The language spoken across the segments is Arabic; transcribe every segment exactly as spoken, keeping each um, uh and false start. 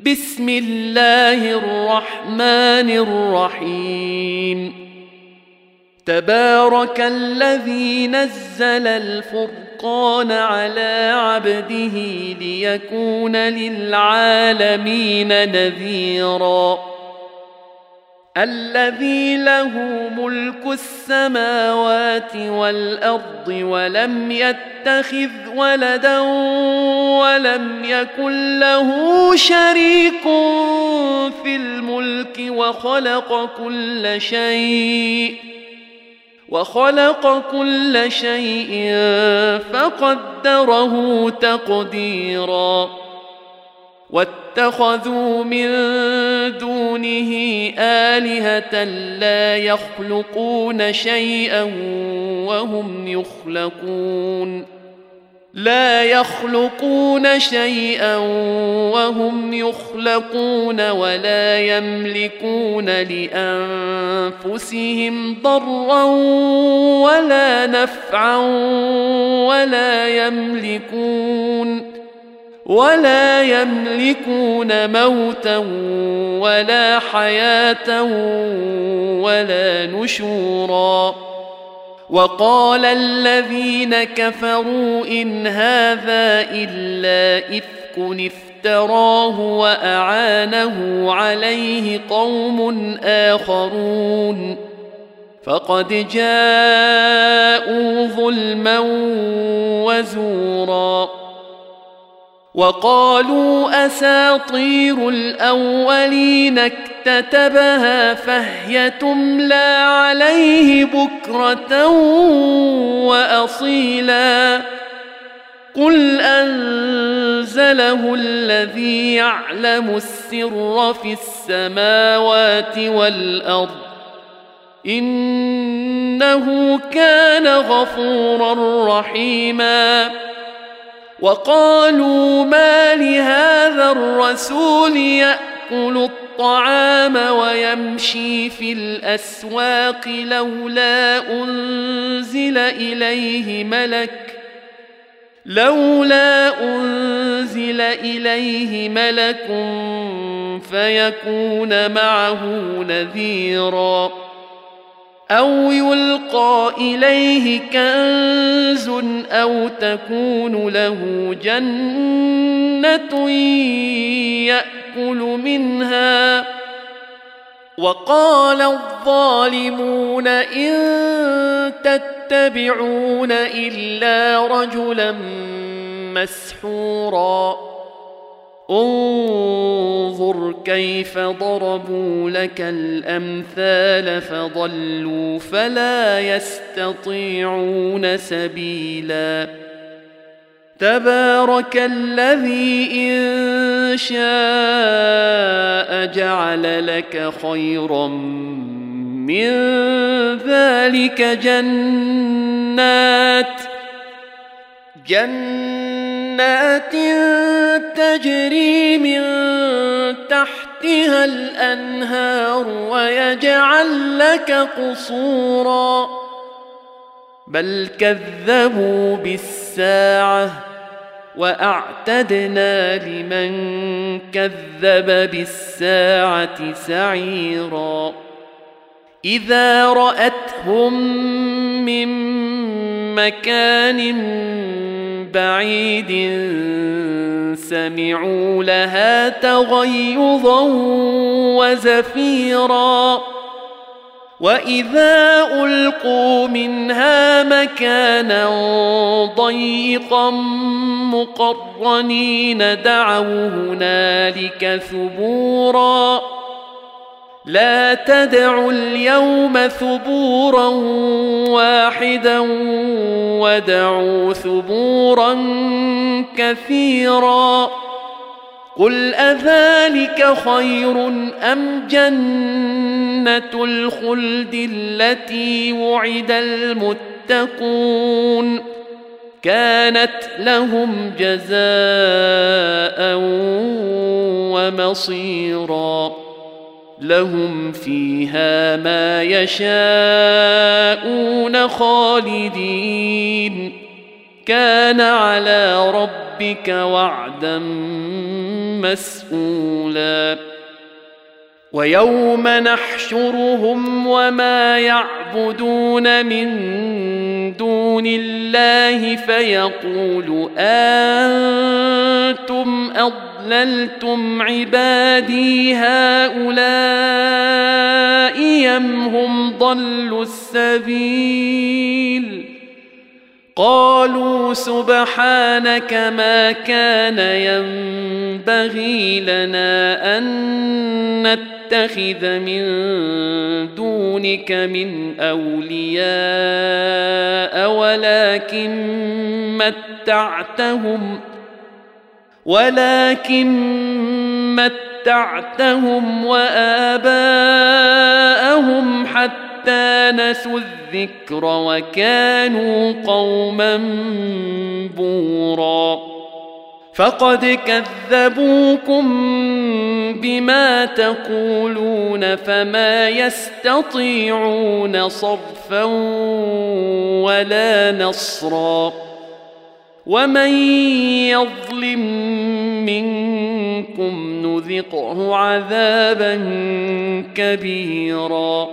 بسم الله الرحمن الرحيم تبارك الذي نزل الفرقان على عبده ليكون للعالمين نذيرا الذي له ملك السماوات والأرض ولم يتخذ ولدا ولم يكن له شريك في الملك وخلق كل شيء وخلق كل شيء فقدره تقديرا واتخذوا من دونه آلهة لا يخلقون شيئا وهم يخلقون لا يخلقون شيئا وهم يخلقون ولا يملكون لأنفسهم ضرا ولا نفعا ولا يملكون ولا يملكون موتا ولا حياة ولا نشورا وقال الذين كفروا إن هذا إلا إفك افتراه وأعانه عليه قوم آخرون فقد جاءوا ظلما وزورا وقالوا أساطير الأولين اكتتبها فهي تملى عليه بكرة وأصيلا قل أنزله الذي يعلم السر في السماوات والأرض إنه كان غفورا رحيما وقالوا ما لهذا الرسول يأكل الطعام ويمشي في الأسواق لولا أنزل إليه ملك لولا أنزل إليه ملك فيكون معه نذيرا أو يلقى إليه كنز أو تكون له جنة يأكل منها وقال الظالمون إن تتبعون إلا رجلا مسحورا انظر كيف ضربوا لك الأمثال فضلوا فلا يستطيعون سبيلا تبارك الذي إن شاء جعل لك خيرا من ذلك جنات جنات تجري من تحتها الأنهار ويجعل لك قصورا بل كذبوا بالساعة وأعتدنا لمن كذب بالساعة سعيرا إذا رأتهم من مكان بعيد سمعوا لها تغيظا وزفيرا وإذا ألقوا منها مكانا ضيقا مقرنين دعوا هنالك ثبورا لا تدعوا اليوم ثبورا واحدا ودعوا ثبورا كثيرا قل أذلك خير أم جنة الخلد التي وعد المتقون كانت لهم جزاء ومصيرا لهم فيها ما يشاءون خالدين كان على ربك وعدا مسؤولا ويوم نحشرهم وما يعبدون من دون الله فيقول أنتم أضللتم عبادي هؤلاء أم هم ضلوا السبيل قالوا سبحانك ما كان ينبغي لنا أن نتخذ من دونك من أولياء ولكن متعتهم ولكن متعتهم وآباءهم حتى نسوا الذكر وكانوا قوما بورا فقد كذبوكم بما تقولون فما يستطيعون صرفا ولا نصرا ومن يظلم منكم نذقه عذابا كبيرا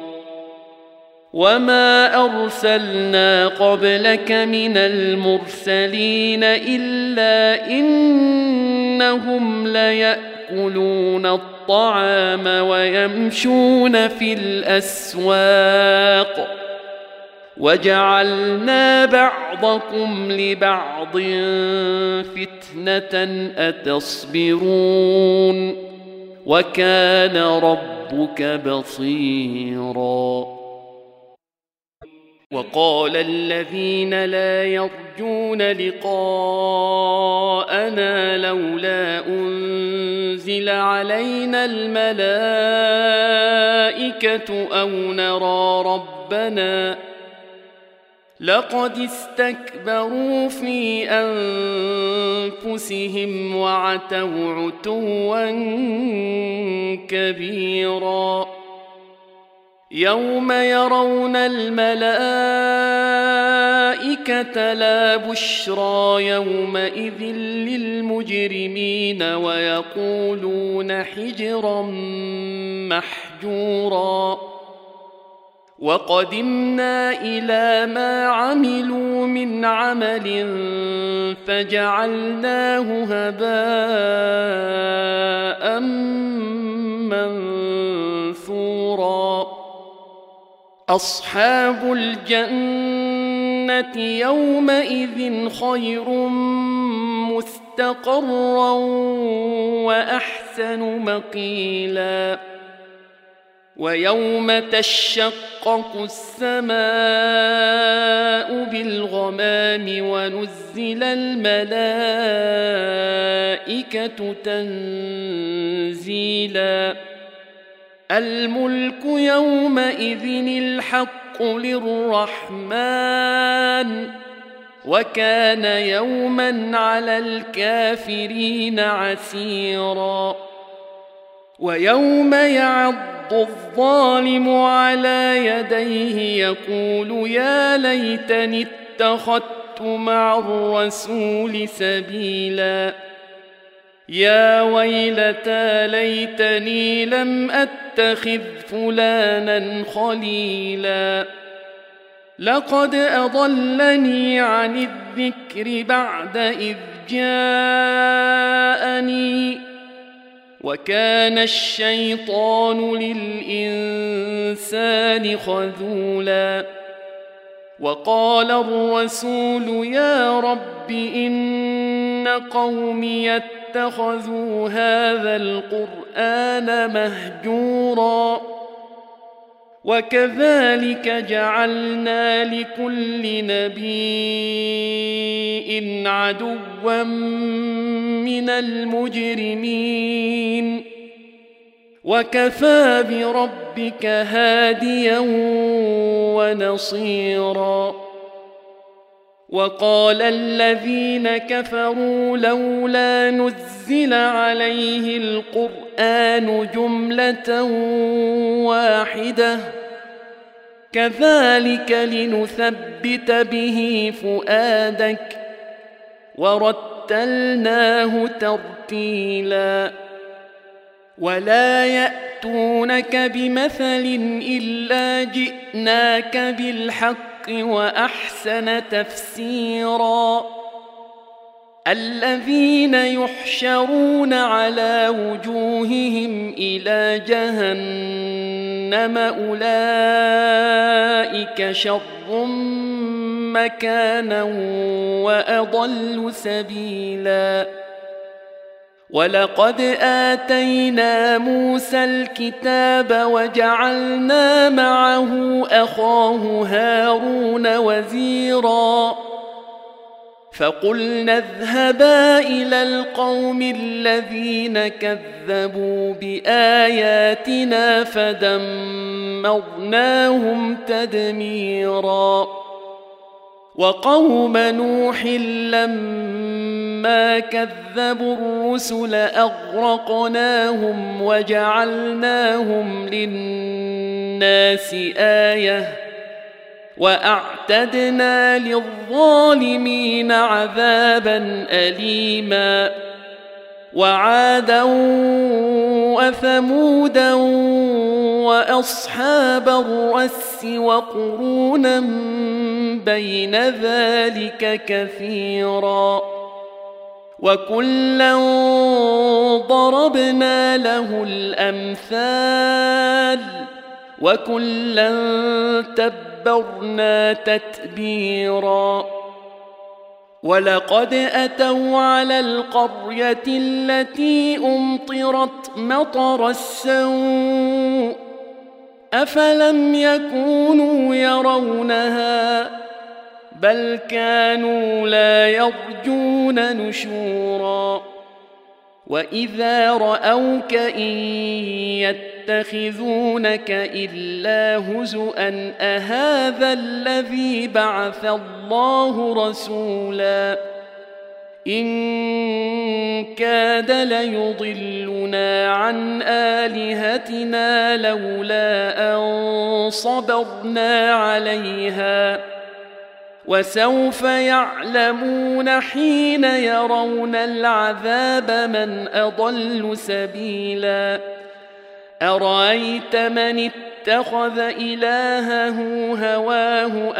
وما أرسلنا قبلك من المرسلين إلا إنهم ليأكلون الطعام ويمشون في الأسواق وجعلنا بعضكم لبعض فتنة أتصبرون وكان ربك بصيرا وقال الذين لا يرجون لقاءنا لولا أنزل علينا الملائكة أو نرى ربنا لقد استكبروا في أنفسهم وعتوا عتوا كبيرا يوم يرون الملائكة لا بشرى يومئذ للمجرمين ويقولون حجرا محجورا وقدمنا إلى ما عملوا من عمل فجعلناه هباء منثورا أصحاب الجنة يومئذ خير مستقرا وأحسن مقيلا ويوم تشقق السماء بالغمام ونزل الملائكة تنزيلا الملك يومئذ الحق للرحمن وكان يوما على الكافرين عسيرا ويوم يعض الظالم على يديه يقول يا ليتني اتخذت مع الرسول سبيلا يا ويلتى ليتني لم أتخذ فلانا خليلا لقد أضلني عن الذكر بعد إذ جاءني وكان الشيطان للإنسان خذولا وقال الرسول يا رب إن قومي اتخذوا هذا القرآن مهجورا وكذلك جعلنا لكل نبي عدوا من المجرمين وكفى بربك هاديا ونصيرا وقال الذين كفروا لولا نزل عليه القرآن جملة واحدة كذلك لنثبت به فؤادك ورتلناه ترتيلا ولا يأتونك بمثل إلا جئناك بالحق وأحسن تفسيرا الذين يحشرون على وجوههم إلى جهنم أولئك شر مكانا وأضل سبيلا ولقد آتينا موسى الكتاب وجعلنا معه أخاه هارون وزيرا فقلنا اذهبا إلى القوم الذين كذبوا بآياتنا فدمرناهم تدميرا وقوم نوح لما كذبوا الرسل أغرقناهم وجعلناهم للناس آية وأعتدنا للظالمين عذابا أليما وعادا وثمودا وأصحاب الرس وقرونا بين ذلك كثيرا وكلا ضربنا له الأمثال وكلا تبرنا تتبيرا ولقد أتوا على القرية التي أمطرت مطر السوء أفلم يكونوا يرونها بل كانوا لا يرجون نشورا وإذا رأوك إن يتخذونك إلا هزؤا أهذا الذي بعث الله رسولا إن كاد ليضلنا عن آلهتنا لولا أن صبرنا عليها وسوف يعلمون حين يرون العذاب من أضل سبيلا أرأيت من اتخذ إلهه هواه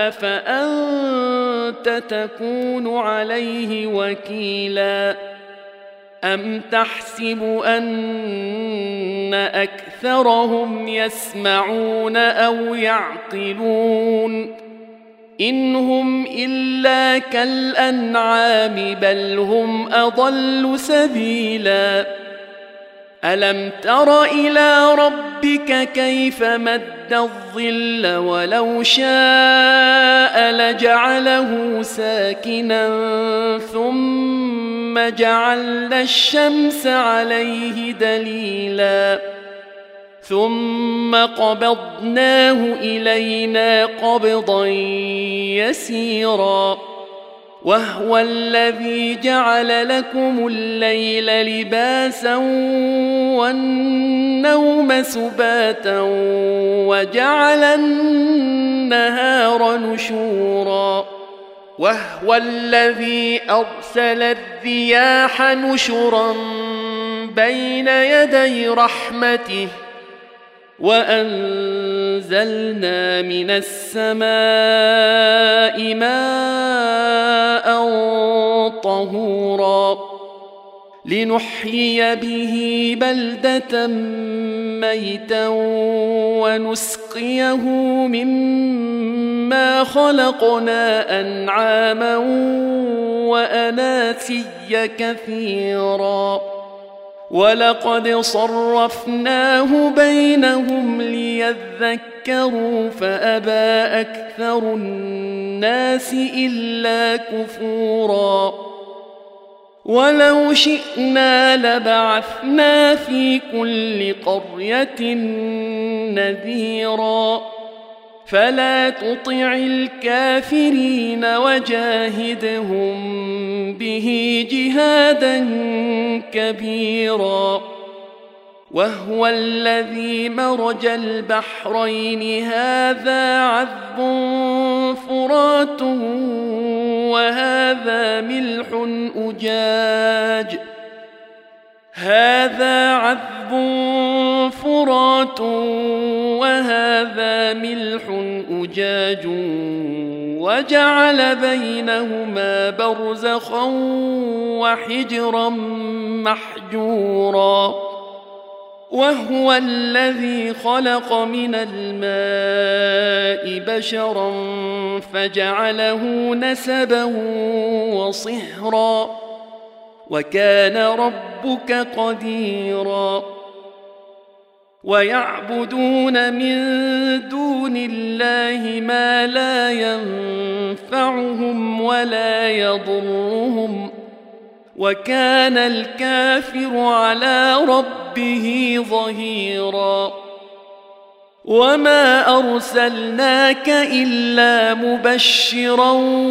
أفأنت تكون عليه وكيلا أم تحسب أن أكثرهم يسمعون أو يعقلون إن هم إلا كالأنعام بل هم أضل سبيلا ألم تر إلى ربك كيف مد الظل ولو شاء لجعله ساكنا ثم جعلنا الشمس عليه دليلا ثم قبضناه إلينا قبضا يسيرا وهو الذي جعل لكم الليل لباسا والنوم سباتا وجعل النهار نشورا وهو الذي أرسل الرياح نشرا بين يدي رحمته وأنزلنا من السماء ماء طهورا لنحيي به بلدة ميتا ونسقيه مما خلقنا أنعاما وأناسيا كثيرا ولقد صرفناه بينهم ليذكروا فأبى أكثر الناس إلا كفورا ولو شئنا لبعثنا في كل قرية نذيرا فلا تطع الكافرين وجاهدهم به جهادا كبيرا وهو الذي مرج البحرين هذا عذب فرات وهذا ملح أجاج هذا عذب فرات وهذا ملح أجاج وجعل بينهما برزخا وحجرا محجورا وهو الذي خلق من الماء بشرا فجعله نسبا وصهرا وكان ربك قديرا ويعبدون من دون الله ما لا ينفعهم ولا يضرهم وكان الكافر على ربه ظهيرا وما أرسلناك إلا مبشرا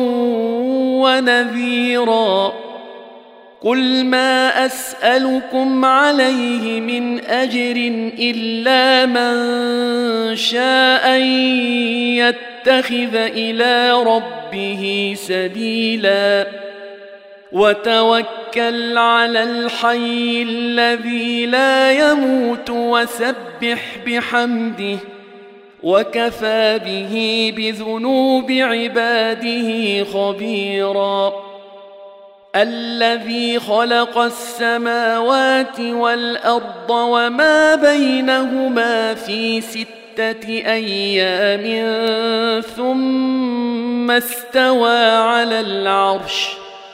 ونذيرا قل ما أسألكم عليه من أجر إلا من شاء أن يتخذ إلى ربه سبيلا وتوكل على الحي الذي لا يموت وسبح بحمده وكفى به بذنوب عباده خبيرا الذي خلق السماوات والأرض وما بينهما في ستة أيام ثم استوى على العرش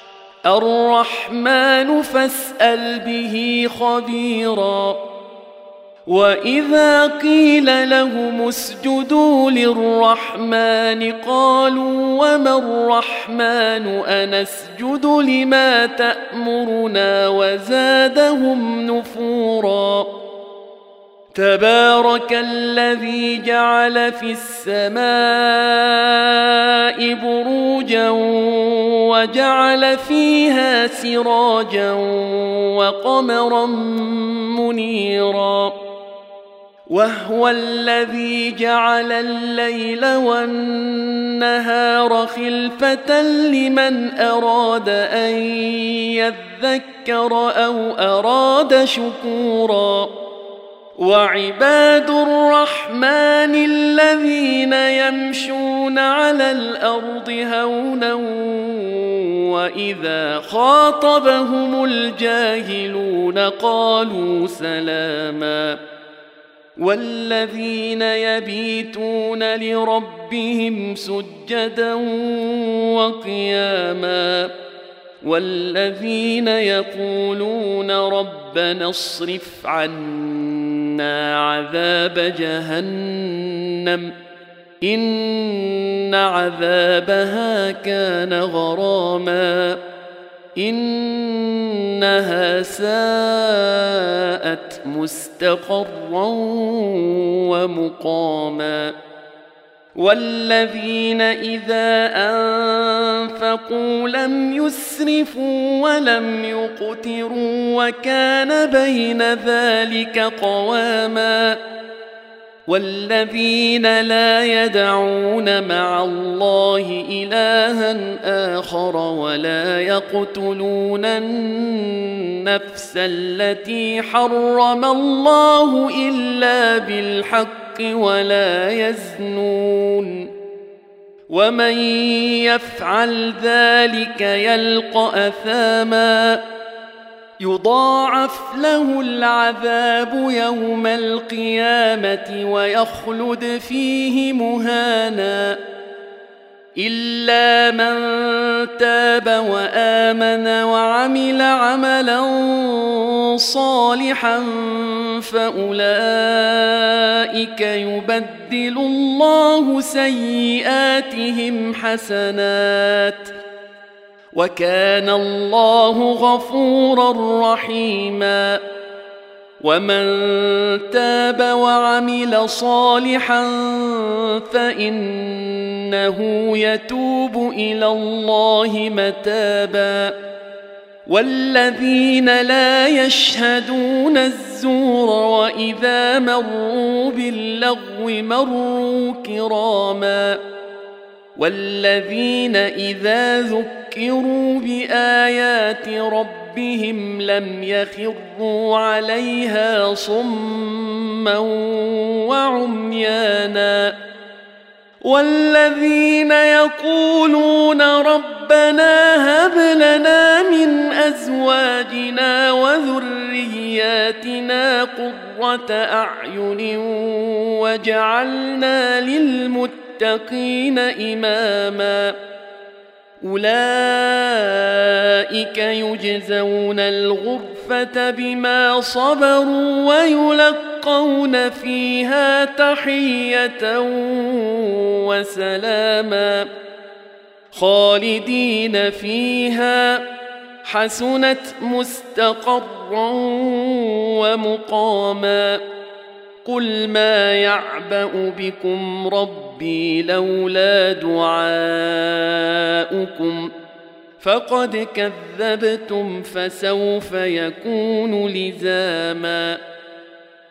الرحمن فاسأل به خبيرا وإذا قيل لهم اسجدوا للرحمن قالوا وما الرحمن أنسجد لما تأمرنا وزادهم نفورا تبارك الذي جعل في السماء بروجا وجعل فيها سراجا وقمرا منيرا وهو الذي جعل الليل والنهار خلفة لمن أراد أن يذكر أو أراد شكورا وعباد الرحمن الذين يمشون على الأرض هونا وإذا خاطبهم الجاهلون قالوا سلاما والذين يبيتون لربهم سجدا وقياما والذين يقولون ربنا اصرف عنا عذاب جهنم إن عذابها كان غراما إنها ساءت مستقرا ومقاما والذين إذا أنفقوا لم يسرفوا ولم يقتروا وكان بين ذلك قواما والذين لا يدعون مع الله إلها آخر ولا يقتلون النفس التي حرم الله إلا بالحق ولا يزنون ومن يفعل ذلك يلقى أثاما يضاعف له العذاب يوم القيامة ويخلد فيه مهانا إلا من تاب وآمن وعمل عملا صالحا فأولئك يبدل الله سيئاتهم حسنات وكان الله غفورا رحيما ومن تاب وعمل صالحا فإنه يتوب إلى الله متابا والذين لا يشهدون الزور وإذا مروا باللغو مروا كراما والذين إذا ذكروا يستكبروا بآيات ربهم لم يخروا عليها صما وعميانا والذين يقولون ربنا هب لنا من أزواجنا وذرياتنا قرة أعين وجعلنا للمتقين إماما أولئك يجزون الغرفة بما صبروا ويلقون فيها تحية وسلاما خالدين فيها حسنت مستقرا ومقاما قل ما يعبأ بكم ربي لولا دعاؤكم فقد كذبتم فسوف يكون لزاما